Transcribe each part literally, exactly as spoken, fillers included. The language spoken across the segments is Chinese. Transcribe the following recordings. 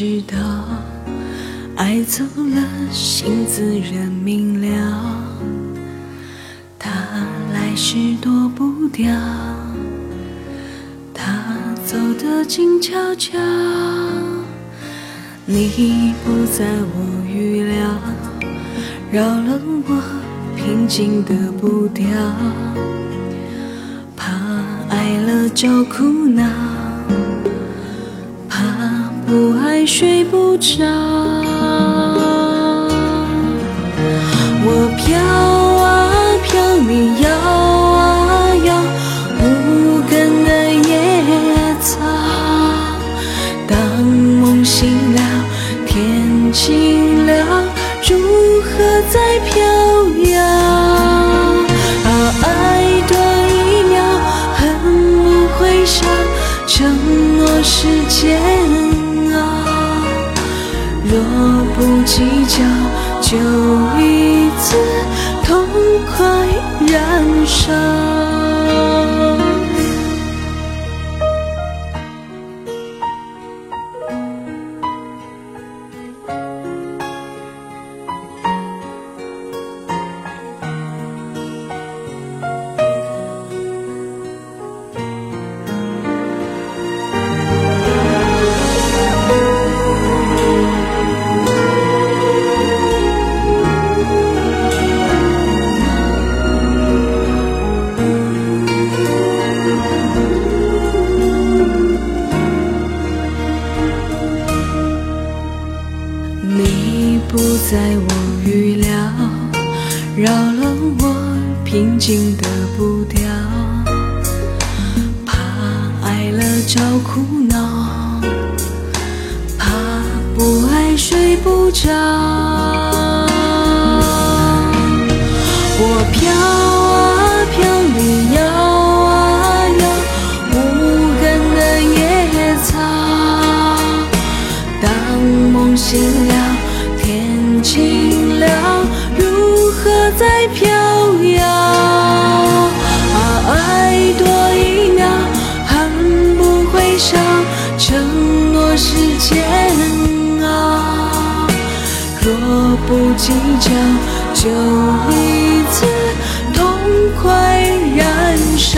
知道，爱走了，心自然明了。他来时躲不掉，他走得静悄悄。你不在我预料，扰了我平静的步调。怕爱了就哭闹，怕不爱睡不着。我飘啊飘，你摇啊摇，无根的野草。当梦醒了，天晴了，如何再飘摇？啊，爱多一秒，恨不会伤，承诺是煎熬。若不计较，就一次痛快燃烧。你不在我预料，扰了我平静的步调。怕爱了找苦恼，怕不爱睡不着。我飘啊飘，你摇啊摇，无根的野草。当梦醒了，天晴了，如何再飘摇？啊，爱多一秒，恨不会伤，承诺是煎熬。若不计较，就一次痛快燃烧。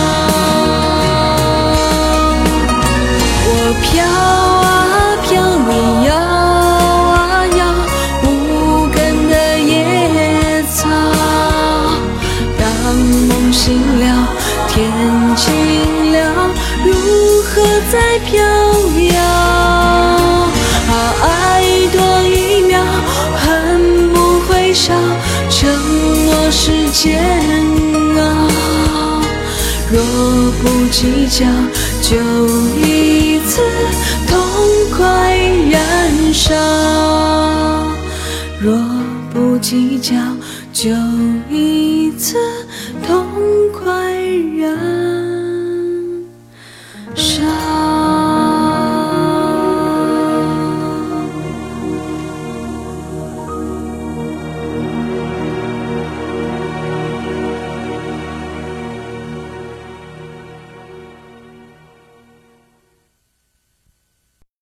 我飘啊飘，你摇啊摇，无根的野草。当梦醒了，天晴了，如何再飘摇？啊，爱多一秒，恨不会伤，承诺是煎熬。若不计较，就一次痛快燃烧。若不计较，就一次